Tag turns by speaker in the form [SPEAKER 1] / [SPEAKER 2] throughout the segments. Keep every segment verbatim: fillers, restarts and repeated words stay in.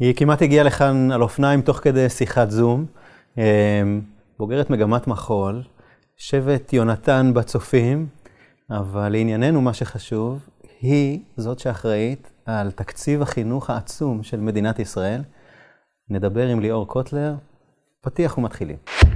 [SPEAKER 1] היא כמעט הגיעה לכאן על אופניים תוך כדי שיחת זום, בוגרת מגמת מחול, שבט יונתן בצופים, אבל לענייננו מה שחשוב, היא זאת שאחראית על תקציב החינוך העצום של מדינת ישראל. נדבר עם ליאור קוטלר, פתיח ומתחילים.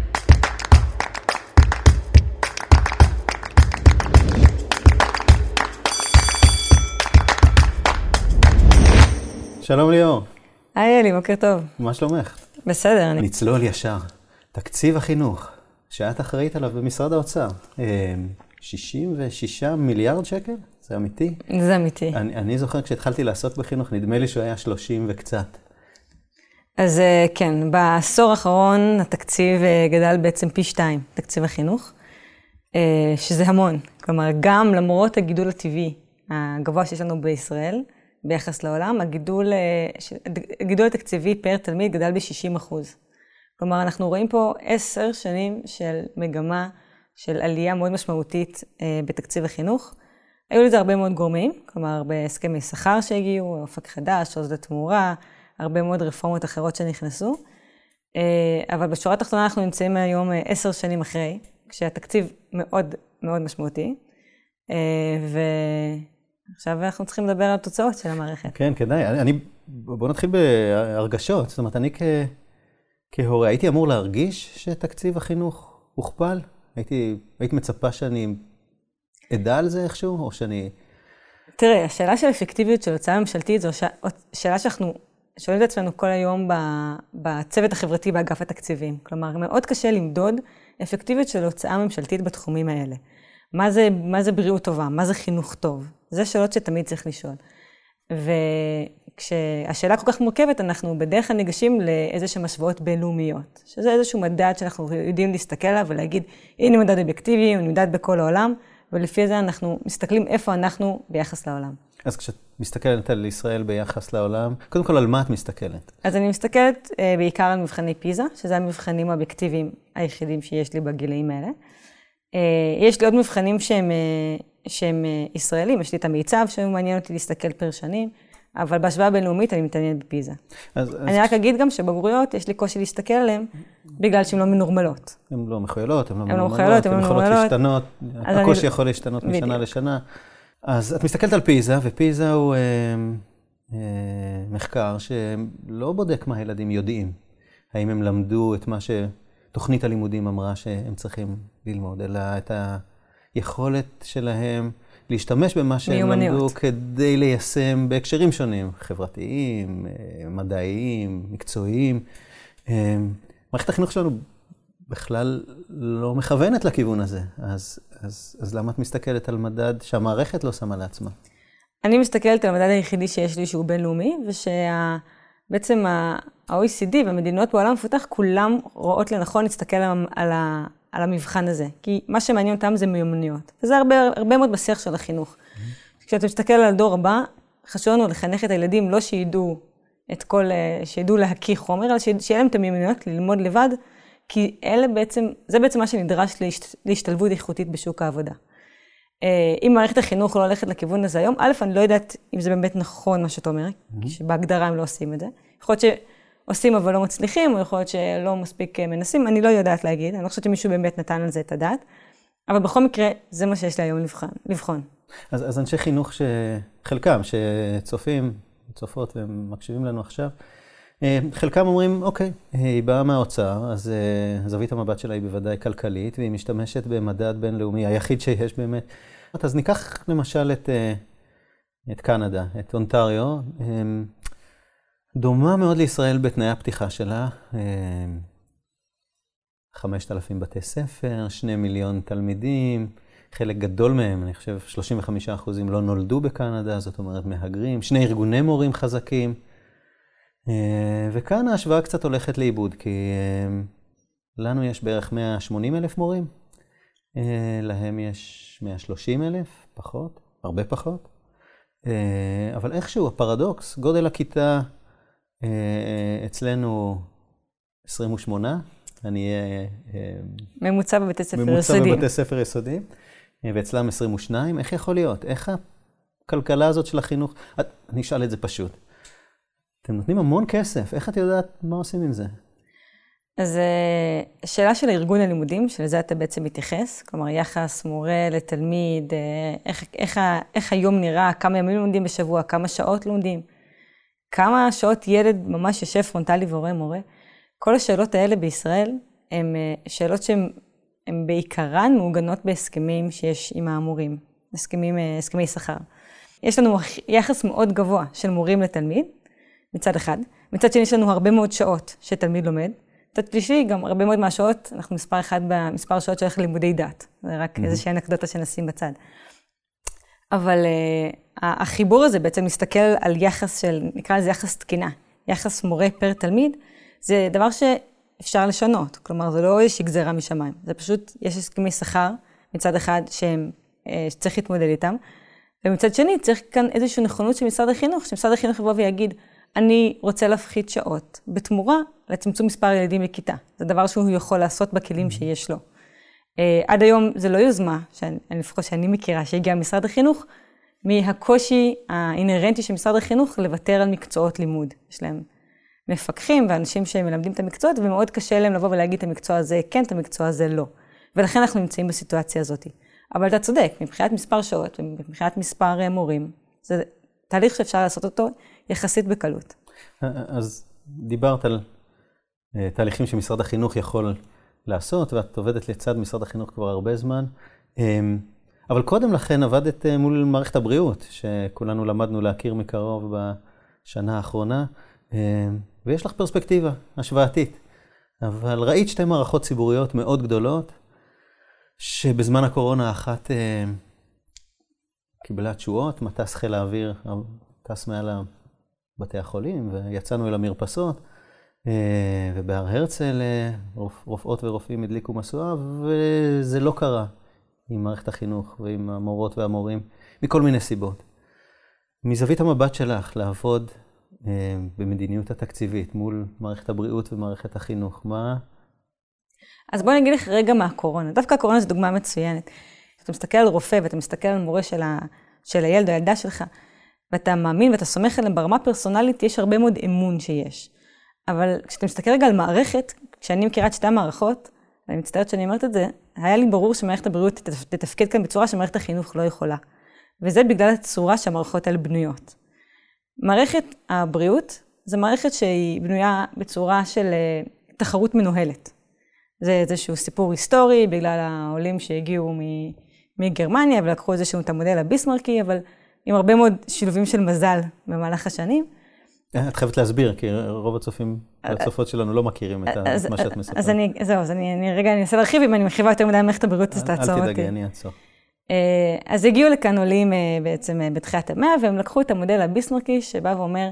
[SPEAKER 1] שלום ליאור.
[SPEAKER 2] היי אלי, בוקר טוב.
[SPEAKER 1] מה שלומך?
[SPEAKER 2] בסדר. אני...
[SPEAKER 1] נצלול ישר. תקציב החינוך, שאת אחראית עליו במשרד האוצר, שישים ושישה מיליארד שקל? זה אמיתי?
[SPEAKER 2] זה אמיתי.
[SPEAKER 1] אני, אני זוכר כשהתחלתי לעסוק בחינוך, נדמה לי שהוא היה שלושים וקצת.
[SPEAKER 2] אז כן, בעשור האחרון התקציב גדל בעצם פי שתיים, תקציב החינוך, שזה המון. כלומר, גם למרות הגידול הטבעי הגבוה שיש לנו בישראל, ביחס לעולם, הגידול, הגידול התקציבי פר תלמיד גדל ב-שישים אחוז. כלומר, אנחנו רואים פה עשר שנים של מגמה, של עלייה מאוד משמעותית בתקציב החינוך. היו לזה הרבה מאוד גורמים, כלומר, בהסכמי שכר שהגיעו, אופק חדש, עוז לתמורה, הרבה מאוד רפורמות אחרות שנכנסו. אבל בשורה התחתונה אנחנו נמצאים היום עשר שנים אחרי, כשהתקציב מאוד מאוד משמעותי. ועכשיו אנחנו צריכים לדבר על התוצאות של המערכת.
[SPEAKER 1] כן, כדאי. אני, בוא נתחיל בהרגשות. זאת אומרת, אני כ... כהורה, הייתי אמור להרגיש שתקציב החינוך הוכפל? הייתי, הייתי מצפה שאני אדע על זה איכשהו, או שאני...
[SPEAKER 2] תראה, השאלה של אפקטיביות של הוצאה ממשלתית, זו שאלה שאנחנו שואלים את עצמנו כל היום בצוות החברתי באגף התקציבים. כלומר, מאוד קשה למדוד אפקטיביות של הוצאה ממשלתית בתחומים האלה. מה זה, מה זה בריאות טובה? מה זה חינוך טוב? זה שאלות שתמיד צריך לשאול. וכשהשאלה כל כך מורכבת, אנחנו בדרך כלל ניגשים לאיזשהם השוואות בינלאומיות, שזה איזשהו מדד שאנחנו יודעים להסתכל עליו ולהגיד, הנה מדד אובייקטיבי, הוא נמדד בכל העולם, ולפי זה אנחנו מסתכלים איפה אנחנו ביחס לעולם.
[SPEAKER 1] אז כשאת מסתכלת על ישראל ביחס לעולם, קודם כל על מה את מסתכלת?
[SPEAKER 2] אז אני מסתכלת בעיקר על מבחני פיזה, שזה המבחנים האובייקטיביים היחידים שיש לי בגילאים האלה. יש לי עוד מבחנים שהם, שהם ישראלים, יש לי את המיצב שמעניין אותי להסתכל פר שנים, אבל בהשוואה בינלאומית אני מתעניינת בפיזה. אז, אני אז... רק אגיד גם שבגרויות יש לי קושי להסתכל עליהן, בגלל שהן לא מנורמלות.
[SPEAKER 1] הן לא מחוילות, הן לא
[SPEAKER 2] מנורמלות, הן לא
[SPEAKER 1] יכולות להשתנות, הקושי
[SPEAKER 2] אני...
[SPEAKER 1] יכול להשתנות משנה לשנה. אז את מסתכלת על פיזה, ופיזה הוא אה, אה, מחקר שלא בודק מה הילדים יודעים. האם הם למדו את מה שתוכנית הלימודים אמרה שהם צריכים ללמוד, אלא את היכולת שלהם להשתמש במה שהם למדו כדי ליישם בהקשרים שונים, חברתיים, מדעיים, מקצועיים. מערכת החינוך שלנו בכלל לא מכוונת לכיוון הזה, אז, אז, אז למה את מסתכלת על מדד שהמערכת לא שמה לעצמה? אני
[SPEAKER 2] מסתכלת על המדד היחידי שיש לי שהוא בינלאומי, ושבעצם ה-או אי סי די והמדינות בעולם המפותח, כולם רואות לנכון להסתכל על ה... על המבחן הזה, כי מה שמעניין אותם זה מיומנויות. וזה הרבה, הרבה מאוד בשיח של החינוך. Mm-hmm. כשאתה מסתכל על הדור הבא, חשוב לנו לחנך את הילדים, לא שידעו את כל, שידעו להכיר חומר, אלא שיהיה להם את המיומנויות ללמוד לבד, כי אלה בעצם, זה בעצם מה שנדרש להשת, להשתלבות איכותית בשוק העבודה. אם מערכת החינוך לא הולכת לכיוון הזה היום, א', אני לא יודעת אם זה באמת נכון מה שאתה אומר, mm-hmm. שבהגדרה הם לא עושים את זה. יכול להיות ש... עושים אבל לא מצליחים, או יכול להיות שלא מספיק מנסים, אני לא יודעת להגיד, אני לא חושבת שמישהו באמת נתן על זה את הדעת, אבל בכל מקרה, זה מה שיש לי היום לבחון. לבחון.
[SPEAKER 1] אז, אז אנשי חינוך שחלקם, שצופים, צופות והם מקשיבים לנו עכשיו, חלקם אומרים, אוקיי, היא באה מהאוצר, אז זווית המבט שלה היא בוודאי כלכלית, והיא משתמשת במדד בינלאומי, היחיד שיש באמת. אז ניקח למשל את, את קנדה, את אונטריו, דומה מאוד לישראל בתנאי הפתיחה שלה, חמשת אלפים בתי ספר, שני מיליון תלמידים, חלק גדול מהם, אני חושב שלושים וחמישה אחוזים לא נולדו בקנדה, זאת אומרת מהגרים, שני ארגוני מורים חזקים, וכאן ההשוואה קצת הולכת לאיבוד, כי לנו יש בערך מאה ושמונים אלף מורים, להם יש מאה ושלושים אלף, פחות, הרבה פחות, אבל איכשהו הפרדוקס, גודל הכיתה, אצלנו עשרים ושמונה, אני אהיה...
[SPEAKER 2] ממוצע בבתי ספר יסודיים.
[SPEAKER 1] ממוצע בבתי ספר יסודיים, ואצלם עשרים ושניים. איך יכול להיות? איך הכלכלה הזאת של החינוך? אני אשאל את זה פשוט. אתם נותנים המון כסף, איך את יודעת מה עושים עם זה?
[SPEAKER 2] אז השאלה של הארגון הלימודים, שלזה אתה בעצם מתייחס, כלומר יחס מורה לתלמיד, איך, איך, איך היום נראה, כמה ימים לומדים בשבוע, כמה שעות לומדים, כמה שעות ילד ממש יושב פרונטלי ורואה מורה. כל השאלות האלה בישראל הן שאלות שהן בעיקרן מעוגנות בהסכמים שיש עם המורים, הסכמים, הסכמי שכר. יש לנו יחס מאוד גבוה של מורים לתלמיד, מצד אחד. מצד שני יש לנו הרבה מאוד שעות שתלמיד לומד. מצד שלישי, גם הרבה מאוד מהשעות, אנחנו מספר אחד במספר שעות שהולך ללימודי דת. זה רק mm-hmm. איזושהי אנקדוטה שנשים בצד. אבל uh, החיבור הזה בעצם מסתכל על יחס של, נקרא לזה יחס תקינה, יחס מורה פר תלמיד, זה דבר שאפשר לשנות. כלומר, זה לא איזושהי גזירה משמיים. זה פשוט, יש הסכמי שכר מצד אחד שהם, uh, שצריך להתמודד איתם, ומצד שני צריך כאן איזושהי נכונות של משרד החינוך, שמשרד החינוך יבוא ויגיד, אני רוצה להפחית שעות, בתמורה לצמצום מספר ילדים לכיתה. זה דבר שהוא יכול לעשות בכלים שיש לו. עד היום זה לא יוזמה, שאני, לפחות שאני מכירה, שהגיעה משרד החינוך, מהקושי האינרנטי של משרד החינוך לוותר על מקצועות לימוד. יש להם מפקחים ואנשים שמלמדים את המקצועות, ומאוד קשה להם לבוא ולהגיד את המקצוע הזה כן, את המקצוע הזה לא. ולכן אנחנו נמצאים בסיטואציה הזאת. אבל אתה צודק, מבחינת מספר שעות, מבחינת מספר מורים, זה תהליך שאפשר לעשות אותו יחסית בקלות.
[SPEAKER 1] אז דיברת על תהליכים שמשרד החינוך יכול לעשות, ואת עובדת לצד משרד החינוך כבר הרבה זמן. אבל קודם לכן עבדת מול מערכת הבריאות, שכולנו למדנו להכיר מקרוב בשנה האחרונה, ויש לך פרספקטיבה השוואתית. אבל ראית שתי מערכות ציבוריות מאוד גדולות, שבזמן הקורונה אחת קיבלה תשואות, מטס חיל האוויר, טס מעל בתי החולים, ויצאנו אל המרפסות, ובהר הרצל רופאות ורופאים הדליקו מסועה, וזה לא קרה עם מערכת החינוך ועם המורות והמורים, מכל מיני סיבות. מזווית המבט שלך לעבוד במדיניות התקציבית מול מערכת הבריאות ומערכת החינוך, מה?
[SPEAKER 2] אז בוא נגיד לך רגע מהקורונה. דווקא הקורונה זו דוגמה מצוינת. אתה מסתכל על רופא ואתה מסתכל על מורה של, ה... של הילד או הילדה שלך, ואתה מאמין ואתה סומך עליהם ברמה פרסונלית, יש הרבה מאוד אמון שיש. אבל כשאתה מסתכל רגע על מערכת, כשאני מכירה את שתי המערכות, ואני מצטערת שאני אומרת את זה, היה לי ברור שמערכת הבריאות תתפקד כאן בצורה שמערכת החינוך לא יכולה. וזה בגלל הצורה שהמערכות האלה בנויות. מערכת הבריאות זו מערכת שהיא בנויה בצורה של תחרות מנוהלת. זה איזשהו סיפור היסטורי, בגלל העולים שהגיעו מגרמניה, ולקחו איזשהו את המודל הביסמרקי, אבל עם הרבה מאוד שילובים של מזל במהלך השנים.
[SPEAKER 1] את חייבת להסביר, כי רוב הצופים והצופות שלנו לא מכירים את מה שאת מספרת.
[SPEAKER 2] אז אני, זהו, אז אני רגע, אני אנסה להרחיב, אם אני מרחיבה יותר מדי מערכת הבריאות, אז תעצור אותי.
[SPEAKER 1] אל תדאגי, אני אעצור.
[SPEAKER 2] אז הגיעו לכאן עולים בעצם בתחילת המאה, והם לקחו את המודל הביסמרקי, שבא ואומר,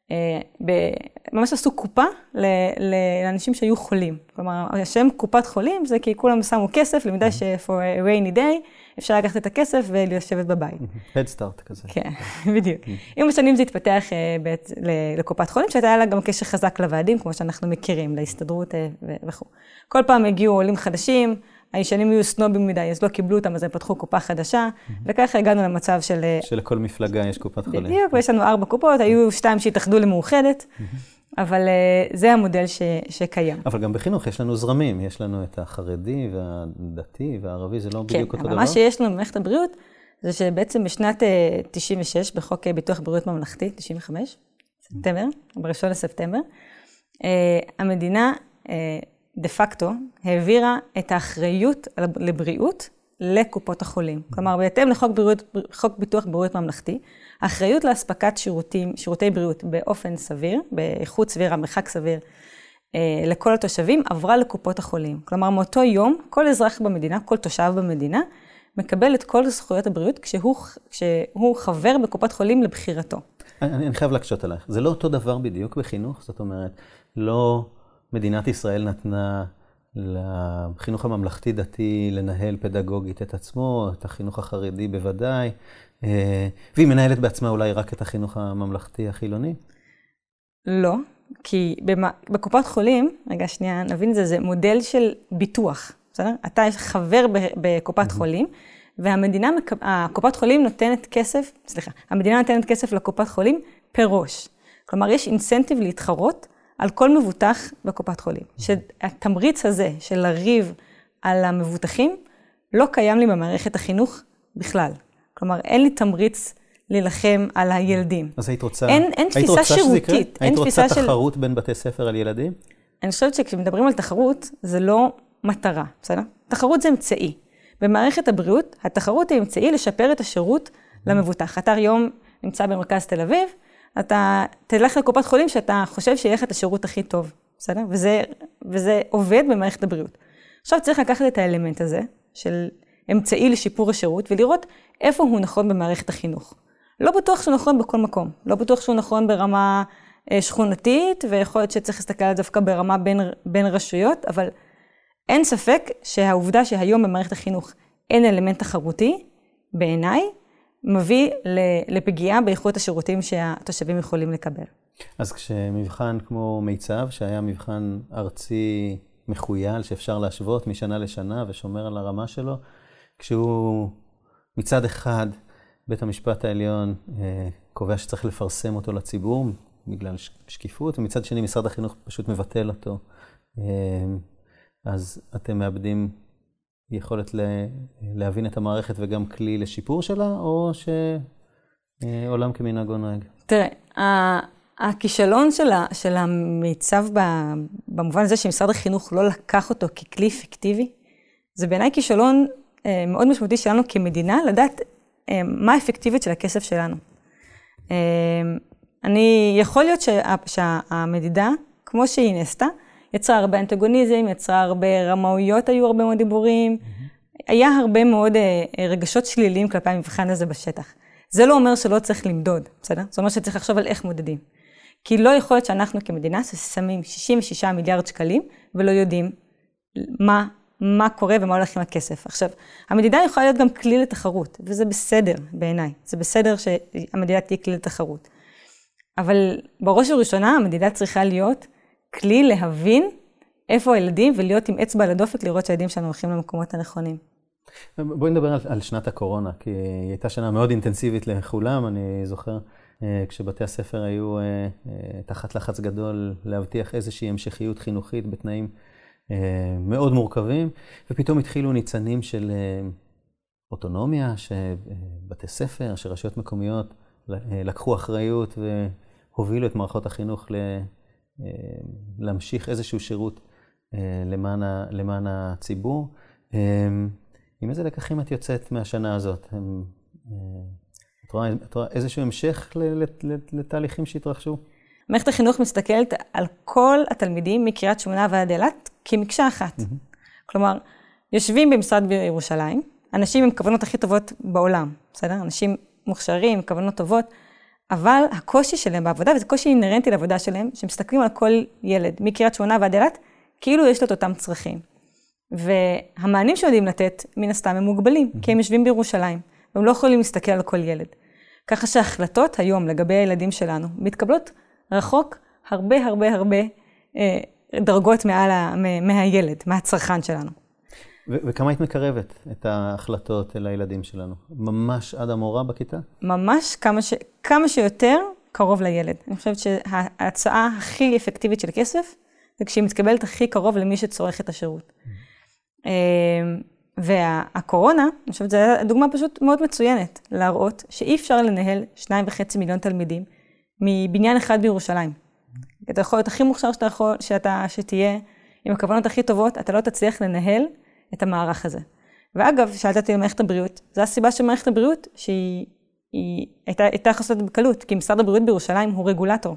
[SPEAKER 2] ממש עשו קופה לאנשים שהיו חולים. כלומר, השם קופת חולים זה כי כולם שמו כסף, למידה ש-for a rainy day, אפשר לקחת את הכסף ולשבת בבית.
[SPEAKER 1] Head start כזה.
[SPEAKER 2] כן, בדיוק. עם השנים זה התפתח לקופת חולים, שהייתה לה גם קשר חזק לוועדים, כמו שאנחנו מכירים, להסתדרות וכו'. כל פעם הגיעו עולים חדשים, הישנים היו סנובים מדי, אז לא קיבלו אותם, אז הם פתחו קופה חדשה, וככה הגענו למצב של...
[SPEAKER 1] שלכל מפלגה יש קופת חולים.
[SPEAKER 2] בדיוק, ויש לנו ארבע קופות, היו שתיים שהתאחדו למאוחדת, אבל זה המודל שקיים.
[SPEAKER 1] אבל גם בחינוך יש לנו זרמים, יש לנו את החרדי והדתי והערבי, זה לא בדיוק אותו דבר?
[SPEAKER 2] כן, אבל מה שיש לנו במערכת הבריאות, זה שבעצם בשנת תשעים ושש, בחוק ביטוח בריאות ממלכתי, תשעים וחמש, ספטמבר, בראשון לספטמבר, המדינה דה פקטו העבירה את האחריות לבריאות לקופות החולים. כלומר, בהתאם לחוק בריאות, חוק ביטוח בריאות ממלכתי, האחריות להספקת שירותים, שירותי בריאות באופן סביר, באיכות סבירה, מרחק סביר, לכל התושבים, עברה לקופות החולים. כלומר, מאותו יום, כל אזרח במדינה, כל תושב במדינה, מקבל את כל זכויות הבריאות כשהוא, כשהוא חבר בקופת חולים לבחירתו.
[SPEAKER 1] אני, אני חייב להקשות עליך. זה לא אותו דבר בדיוק בחינוך, זאת אומרת, לא מדינת ישראל נתנה לחינוך הממלכתי דתי לנהל פדגוגית את עצמו, את החינוך החרדי בוודאי, והיא מנהלת בעצמה אולי רק את החינוך הממלכתי החילוני?
[SPEAKER 2] לא, כי בקופת חולים, רגע שנייה, נבין את זה, זה מודל של ביטוח, בסדר? אתה חבר בקופת חולים, והמדינה, הקופת חולים נותנת כסף, סליחה, המדינה נותנת כסף לקופת חולים פר ראש. כלומר, יש אינסנטיב להתחרות על כל מבוטח בקופת חולים. שהתמריץ הזה של לריב על המבוטחים, לא קיים לי במערכת החינוך בכלל. כלומר, אין לי תמריץ להילחם על הילדים.
[SPEAKER 1] אז היית רוצה,
[SPEAKER 2] אין, אין תפיסה
[SPEAKER 1] היית רוצה
[SPEAKER 2] שירותית.
[SPEAKER 1] היית רוצה
[SPEAKER 2] של...
[SPEAKER 1] תחרות בין בתי ספר על ילדים?
[SPEAKER 2] אני חושבת שכשמדברים על תחרות, זה לא מטרה, בסדר? תחרות זה אמצעי. במערכת הבריאות, התחרות היא אמצעי לשפר את השירות למבוטח. אתה היום נמצא במרכז תל אביב, אתה תלך לקופת חולים שאתה חושב שיהיה לך את השירות הכי טוב, בסדר? וזה, וזה עובד במערכת הבריאות. עכשיו צריך לקחת את האלמנט הזה, של אמצעי לשיפור השירות, ולראות איפה הוא נכון במערכת החינוך. לא בטוח שהוא נכון בכל מקום. לא בטוח שהוא נכון ברמה שכונתית, ויכול להיות שצריך להסתכל על דווקא ברמה בין, בין רשויות, אבל אין ספק שהעובדה שהיום במערכת החינוך אין אלמנט תחרותי, בעיניי, מביא לפגיעה באיכות השירותים שהתושבים יכולים לקבל.
[SPEAKER 1] אז כשמבחן כמו מיצב, שהיה מבחן ארצי מחוייל, שאפשר להשוות משנה לשנה ושומר על הרמה שלו, כשהוא מצד אחד, בית המשפט העליון אה, קובע שצריך לפרסם אותו לציבור, בגלל שקיפות, ומצד שני משרד החינוך פשוט מבטל אותו. אה, אז אתם מאבדים יכולת להבין את המערכת וגם כלי לשיפור שלה, או שעולם כמנהגו נוהג?
[SPEAKER 2] תראה, הכישלון של המיצב במובן הזה שמשרד החינוך לא לקח אותו ככלי אפקטיבי, זה בעיניי כישלון מאוד משמעותי שלנו כמדינה, לדעת מה האפקטיביות של הכסף שלנו. אני, יכול להיות שהמדידה, כמו שהיא נעשתה, יצרה הרבה אנטגוניזם, יצרה הרבה רמאויות, היו הרבה מאוד דיבורים, mm-hmm. היה הרבה מאוד רגשות שליליים כלפי המבחן הזה בשטח. זה לא אומר שלא צריך למדוד, בסדר? זאת אומרת שצריך לחשוב על איך מודדים. כי לא יכול להיות שאנחנו כמדינה ששמים שישים ושישה מיליארד שקלים, ולא יודעים מה, מה קורה ומה הולך עם הכסף. עכשיו, המדידה יכולה להיות גם כלי לתחרות, וזה בסדר בעיניי. זה בסדר שהמדידה תהיה כלי לתחרות. אבל בראש ובראשונה, המדידה צריכה להיות כלי להבין איפה הילדים ולהיות עם אצבע לדופק, לראות שהילדים שלנו הולכים למקומות הנכונים.
[SPEAKER 1] בואי נדבר על, על שנת הקורונה, כי היא הייתה שנה מאוד אינטנסיבית לכולם. אני זוכר כשבתי הספר היו תחת לחץ גדול להבטיח איזושהי המשכיות חינוכית בתנאים מאוד מורכבים, ופתאום התחילו ניצנים של אוטונומיה, שבתי ספר, שרשויות מקומיות לקחו אחריות והובילו את מערכות החינוך ל... להמשיך איזשהו שירות למען, למען הציבור. עם איזה לקחים את יוצאת מהשנה הזאת? את רואה, את רואה איזשהו המשך לתהליכים שהתרחשו?
[SPEAKER 2] מערכת החינוך מסתכלת על כל התלמידים מקריית שמונה ועד אילת כמקשה אחת. Mm-hmm. כלומר, יושבים במשרד בירושלים, אנשים עם כוונות הכי טובות בעולם, בסדר? אנשים מוכשרים, כוונות טובות, אבל הקושי שלהם בעבודה, וזה קושי אינרנטי לעבודה שלהם, שמסתכלים על כל ילד, מקריית שמונה ועד אילת, כאילו יש לו את אותם צרכים. והמענים שיודעים לתת, מן הסתם הם מוגבלים, כי הם יושבים בירושלים, והם לא יכולים להסתכל על כל ילד. ככה שההחלטות היום לגבי הילדים שלנו, מתקבלות רחוק הרבה הרבה הרבה אה, דרגות מעל ה, מהילד, מהצרכן שלנו.
[SPEAKER 1] ו- וכמה היית מקרבת את ההחלטות אל הילדים שלנו? ממש עד המורה בכיתה? ממש
[SPEAKER 2] כמה, ש- כמה שיותר קרוב לילד. אני חושבת שההצעה הכי אפקטיבית של כסף, זה כשהיא מתקבלת הכי קרוב למי שצורך את השירות. Mm-hmm. והקורונה, אני חושבת, זו דוגמה פשוט מאוד מצוינת, להראות שאי אפשר לנהל שניים וחצי מיליון תלמידים מבניין אחד בירושלים. Mm-hmm. אתה יכול להיות הכי מוכשר שאתה יכול, שאתה, שתהיה עם הכוונות הכי טובות, אתה לא תצליח לנהל את המערך הזה. ואגב, שאלת אותי על מערכת הבריאות, זו הסיבה של מערכת הבריאות, שהיא היא, הייתה, הייתה חסות בקלות, כי משרד הבריאות בירושלים הוא רגולטור.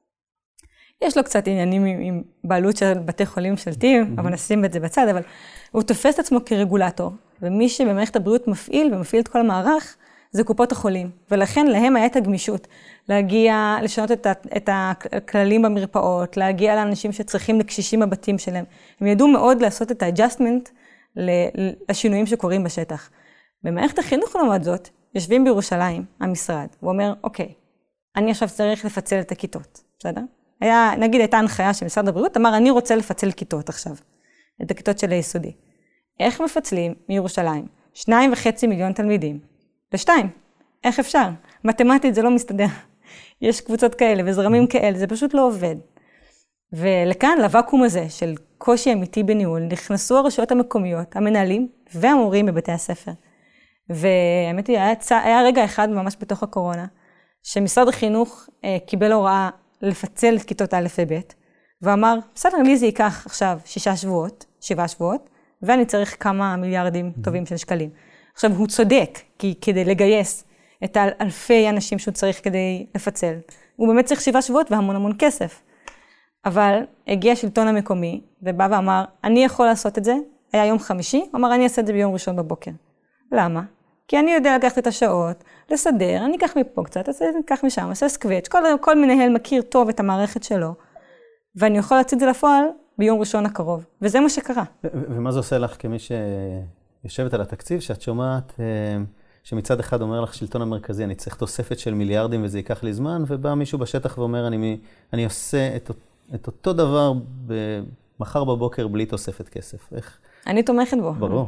[SPEAKER 2] יש לו קצת עניינים עם, עם בעלות של בתי חולים ממשלתיים, mm-hmm. אבל נשים את זה בצד, אבל הוא תופס את עצמו כרגולטור, ומי שבמערכת הבריאות מפעיל ומפעיל את כל המערך, זה קופות החולים. ולכן להם היה את הגמישות, להגיע, לשנות את, את הכללים במרפאות, להגיע לאנשים שצריכים לקשישים בבתים שלהם. הם ידעו מאוד לעשות את ה-adjustment לשינויים שקורים בשטח. במערכת החינוך לעומת זאת, יושבים בירושלים, המשרד, הוא אומר, אוקיי, אני עכשיו צריך לפצל את הכיתות, בסדר? היה, נגיד, הייתה הנחיה של משרד הבריאות, אמר, אני רוצה לפצל כיתות עכשיו, את הכיתות של היסודי. איך מפצלים מירושלים? שניים וחצי מיליון תלמידים, לשתיים. איך אפשר? מתמטית זה לא מסתדר. יש קבוצות כאלה וזרמים כאלה, זה פשוט לא עובד. ולכאן, לוואקום הזה של קושי אמיתי בניהול, נכנסו הרשויות המקומיות, המנהלים והמורים בבתי הספר. והאמת היא, היה, היה רגע אחד ממש בתוך הקורונה, שמשרד החינוך אה, קיבל הוראה לפצל את כיתות א' וב', ואמר, בסדר, לי זה ייקח עכשיו שישה שבועות, שבעה שבועות, ואני צריך כמה מיליארדים טובים של שקלים. עכשיו, הוא צודק, כי כדי לגייס את האלפי אנשים שהוא צריך כדי לפצל, הוא באמת צריך שבעה שבועות והמון המון כסף. אבל הגיע השלטון המקומי, ובא ואמר, אני יכול לעשות את זה, היה יום חמישי, הוא אמר, אני אעשה את זה ביום ראשון בבוקר. למה? כי אני יודע לקחת את השעות, לסדר, אני אקח מפה קצת, אקח משם, אעשה סקוויץ', כל, כל מנהל מכיר טוב את המערכת שלו, ואני יכול להציג את זה לפועל ביום ראשון הקרוב, וזה מה שקרה.
[SPEAKER 1] ומה זה עושה לך כמי שיושבת על התקציב, שאת שומעת שמצד אחד אומר לך שלטון המרכזי, אני צריך תוספת של מיליארדים וזה ייקח לי זמן, ובא מישהו בשטח ואומר, אני, אני עושה את, את אותו דבר מחר בבוקר בלי תוספת כסף. איך?
[SPEAKER 2] אני תומכת בו.
[SPEAKER 1] ברור.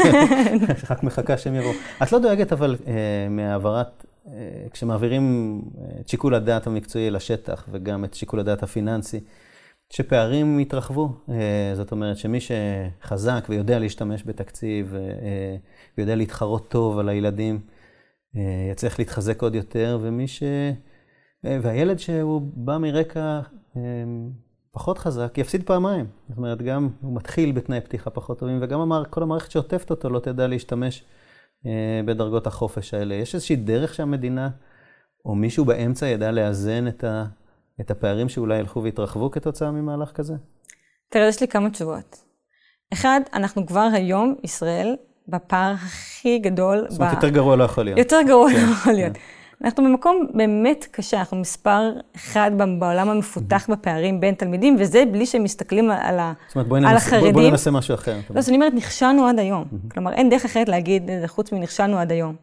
[SPEAKER 1] רק מחכה שהם יבואו. את לא דואגת אבל מהעברת, כשמעבירים את שיקול הדעת המקצועי לשטח, וגם את שיקול הדעת הפיננסי, שפערים יתרחבו. זאת אומרת שמי שחזק ויודע להשתמש בתקציב, ויודע להתחרות טוב על הילדים, יצליח להתחזק עוד יותר, ומי ש... והילד שהוא בא מרקע פחות חזק, יפסיד פעמיים. זאת אומרת, גם הוא מתחיל בתנאי פתיחה פחות טובים, וגם אמר, כל המערכת שעוטפת אותו לא תדע להשתמש בדרגות החופש האלה. יש איזושהי דרך שהמדינה, או מישהו באמצע ידע לאזן את, ה, את הפערים שאולי ילכו והתרחבו כתוצאה ממהלך כזה? תראה,
[SPEAKER 2] יש לי כמה תשובות. אחד, אנחנו כבר היום, ישראל, בפער הכי גדול.
[SPEAKER 1] זאת אומרת, ב... יותר גרוע לא יכול להיות.
[SPEAKER 2] יותר גרוע כן, לא יכול להיות. כן. אנחנו במקום באמת קשה, אנחנו מספר אחד בעולם המפותח בפערים בין תלמידים, וזה בלי שהם מסתכלים על, ה...
[SPEAKER 1] זאת אומרת, על החרדים. בואי ננסה משהו אחר.
[SPEAKER 2] לא, אז אני אומרת, נכשלנו עד היום. כלומר, אין דרך אחרת להגיד, חוץ מנכשלנו עד היום.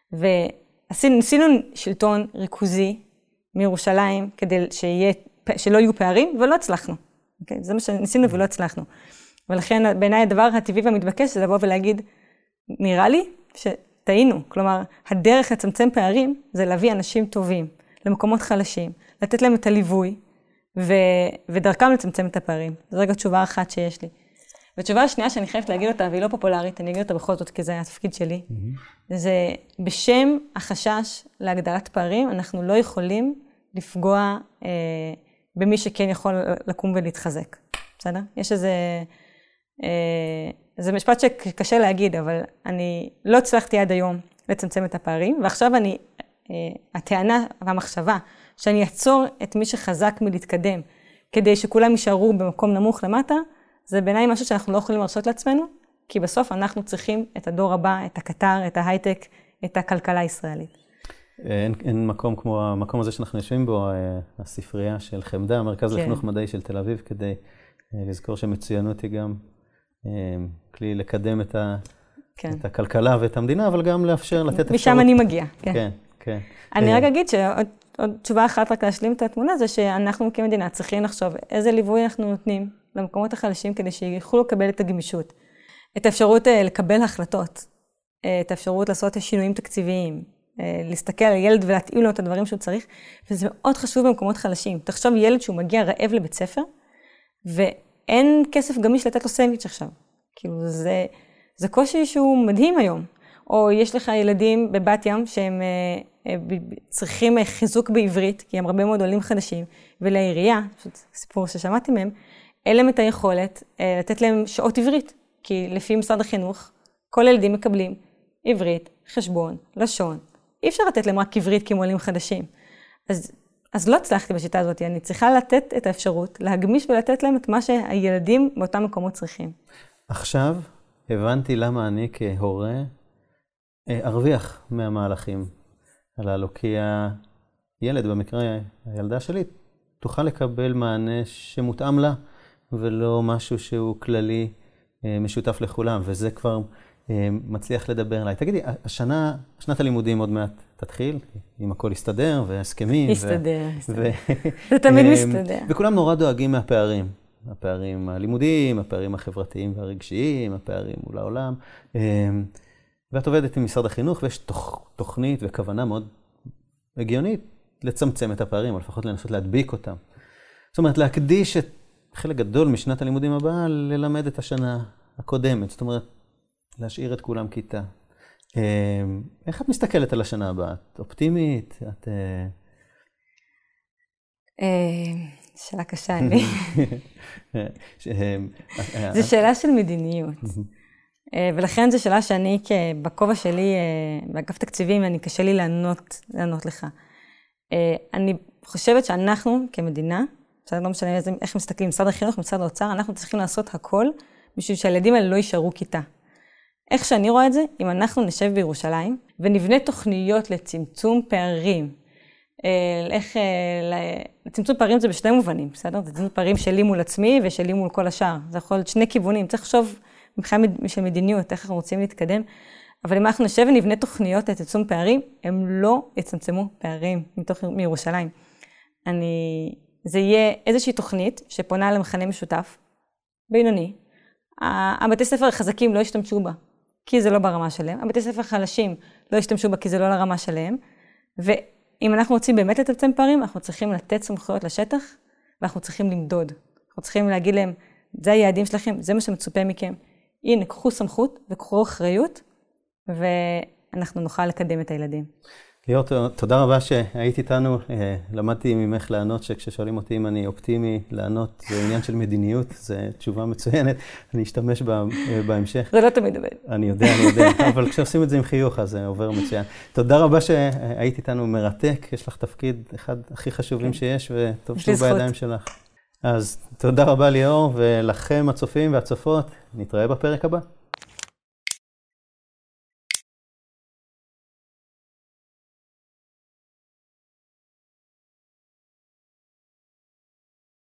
[SPEAKER 2] וניסינו שלטון ריכוזי מירושלים, כדי שיהיה, שלא יהיו פערים, ולא הצלחנו. Okay? זה מה שניסינו ולא הצלחנו. ולכן, בעיניי הדבר הטבעי והמתבקש, זה לבוא ולהגיד, נראה לי שטעינו. כלומר, הדרך לצמצם פערים, זה להביא אנשים טובים, למקומות חלשים, לתת להם את הליווי, ו... ודרכם לצמצם את הפערים. זו רגע תשובה אחת שיש לי. והתשובה השנייה שאני חייבת להגיד אותה, והיא לא פופולרית, אני אגיד אותה בכל זאת, כי זה התפקיד שלי, mm-hmm. זה בשם החשש להגדלת פערים, אנחנו לא יכולים לפגוע אה, במי שכן יכול לקום ולהתחזק. בסדר? יש איזה, אה, זה משפט שקשה להגיד, אבל אני לא הצלחתי עד היום לצמצם את הפערים, ועכשיו אני, אה, הטענה והמחשבה, שאני אעצור את מי שחזק מלהתקדם, כדי שכולם יישארו במקום נמוך למטה, זה בעיניי משהו שאנחנו לא יכולים לרשות לעצמנו, כי בסוף אנחנו צריכים את הדור הבא, את הקטר, את ההייטק, את הכלכלה הישראלית.
[SPEAKER 1] אין, אין מקום כמו המקום הזה שאנחנו יושבים בו, הספרייה של חמדה, המרכז כן. לחינוך מדעי של תל אביב, כדי לזכור שמצוינות היא גם כלי לקדם את, ה, כן. את הכלכלה ואת המדינה, אבל גם לאפשר, לתת אפשרות.
[SPEAKER 2] משם אני מגיע, כן.
[SPEAKER 1] כן, כן.
[SPEAKER 2] אני רק אגיד שעוד עוד תשובה אחת רק להשלים את התמונה, זה שאנחנו כמדינה צריכים לחשוב איזה ליווי אנחנו נותנים למקומות החלשים, כדי שיוכלו לקבל את הגמישות, את האפשרות לקבל החלטות, את האפשרות לעשות שינויים תקציביים, להסתכל על ילד ולהתאים לו את הדברים שהוא צריך, וזה מאוד חשוב במקומות חלשים. תחשוב ילד שהוא מגיע רעב לבית ספר, ואין כסף גמיש לתת לו סנדוויץ' עכשיו. כאילו זה, זה קושי שהוא מדהים היום. או יש לך ילדים בבת ים שהם צריכים חיזוק בעברית, כי הם הרבה מאוד עולים חדשים, ולעירייה, פשוט סיפור ששמעתי מהם, אין להם את היכולת לתת להם שעות עברית, כי לפי משרד החינוך, כל הילדים מקבלים עברית, חשבון, לשון. אי אפשר לתת להם רק עברית כי הם עולים חדשים. אז, אז לא הצלחתי בשיטה הזאת, אני צריכה לתת את האפשרות, להגמיש ולתת להם את מה שהילדים באותם מקומות צריכים.
[SPEAKER 1] עכשיו הבנתי למה אני כהורה ארוויח מהמהלכים הללו, כי הילד, במקרה הילדה שלי, תוכל לקבל מענה שמותאם לה, ולא משהו שהוא כללי משותף לכולם, וזה כבר מצליח לדבר עליי. תגידי, השנה, שנת הלימודים עוד מעט תתחיל, אם הכל יסתדר, והסכמים.
[SPEAKER 2] יסתדר, יסתדר. זה תמיד מסתדר.
[SPEAKER 1] וכולם נורא דואגים מהפערים. הפערים הלימודיים, הפערים החברתיים והרגשיים, הפערים מול העולם. ואת עובדת עם משרד החינוך, ויש תוכנית וכוונה מאוד הגיונית לצמצם את הפערים, או לפחות לנסות להדביק אותם. זאת אומרת, להקדיש את חלק גדול משנת הלימודים הבאה, ללמד את השנה הקודמת. זאת אומרת, להשאיר את כולם כיתה. איך את מסתכלת על השנה הבאה? את אופטימית? את...
[SPEAKER 2] שאלה קשה לי. זו שאלה של מדיניות. ולכן זו שאלה שאני, בכובע שלי, באגף תקציבים, אני קשה לי לענות, לענות לך. אני חושבת שאנחנו כמדינה, לא משנה איך מסתכלים, משרד החינוך, משרד האוצר, אנחנו צריכים לעשות הכל בשביל שהילדים האלה לא יישארו כיתה. איך שאני רואה את זה, אם אנחנו נשב בירושלים ונבנה תוכניות לצמצום פערים, איך, לצמצום פערים זה בשני מובנים, בסדר? זה צמצום פערים שלי מול עצמי ושלי מול כל השאר. זה יכול להיות שני כיוונים, צריך לחשוב מבחינה של מדיניות, איך אנחנו רוצים להתקדם. אבל אם אנחנו נשב ונבנה תוכניות לצמצום פערים, הם לא יצמצמו פערים מתוך מירושלים. אני, זה יהיה איזושהי תוכנית שפונה למכנה משותף, בינוני. הבתי ספר החזקים לא ישתמשו בה, כי זה לא ברמה שלהם. הבתי ספר החלשים לא ישתמשו בה, כי זה לא לרמה שלהם. ואם אנחנו רוצים באמת לצמצם פערים, אנחנו צריכים לתת סמכויות לשטח, ואנחנו צריכים למדוד. אנחנו צריכים להגיד להם, זה היעדים שלכם, זה מה שמצופה מכם. הנה, קחו סמכות וקחו אחריות, ואנחנו נוכל לקדם את הילדים.
[SPEAKER 1] ליאור, תודה רבה שהיית איתנו. למדתי ממך לענות שכששואלים אותי אם אני אופטימי, לענות זה עניין של מדיניות, זו תשובה מצוינת, אני אשתמש בה בהמשך.
[SPEAKER 2] זה לא תמיד עובד.
[SPEAKER 1] אני יודע, אני יודע, אבל כשעושים את זה עם חיוך, אז זה עובר מצוין. תודה רבה שהיית איתנו, מרתק, יש לך תפקיד אחד הכי חשובים שיש, וטוב שהוא בידיים שלך. אז תודה רבה ליאור, ולכם הצופים והצופות, נתראה בפרק הבא.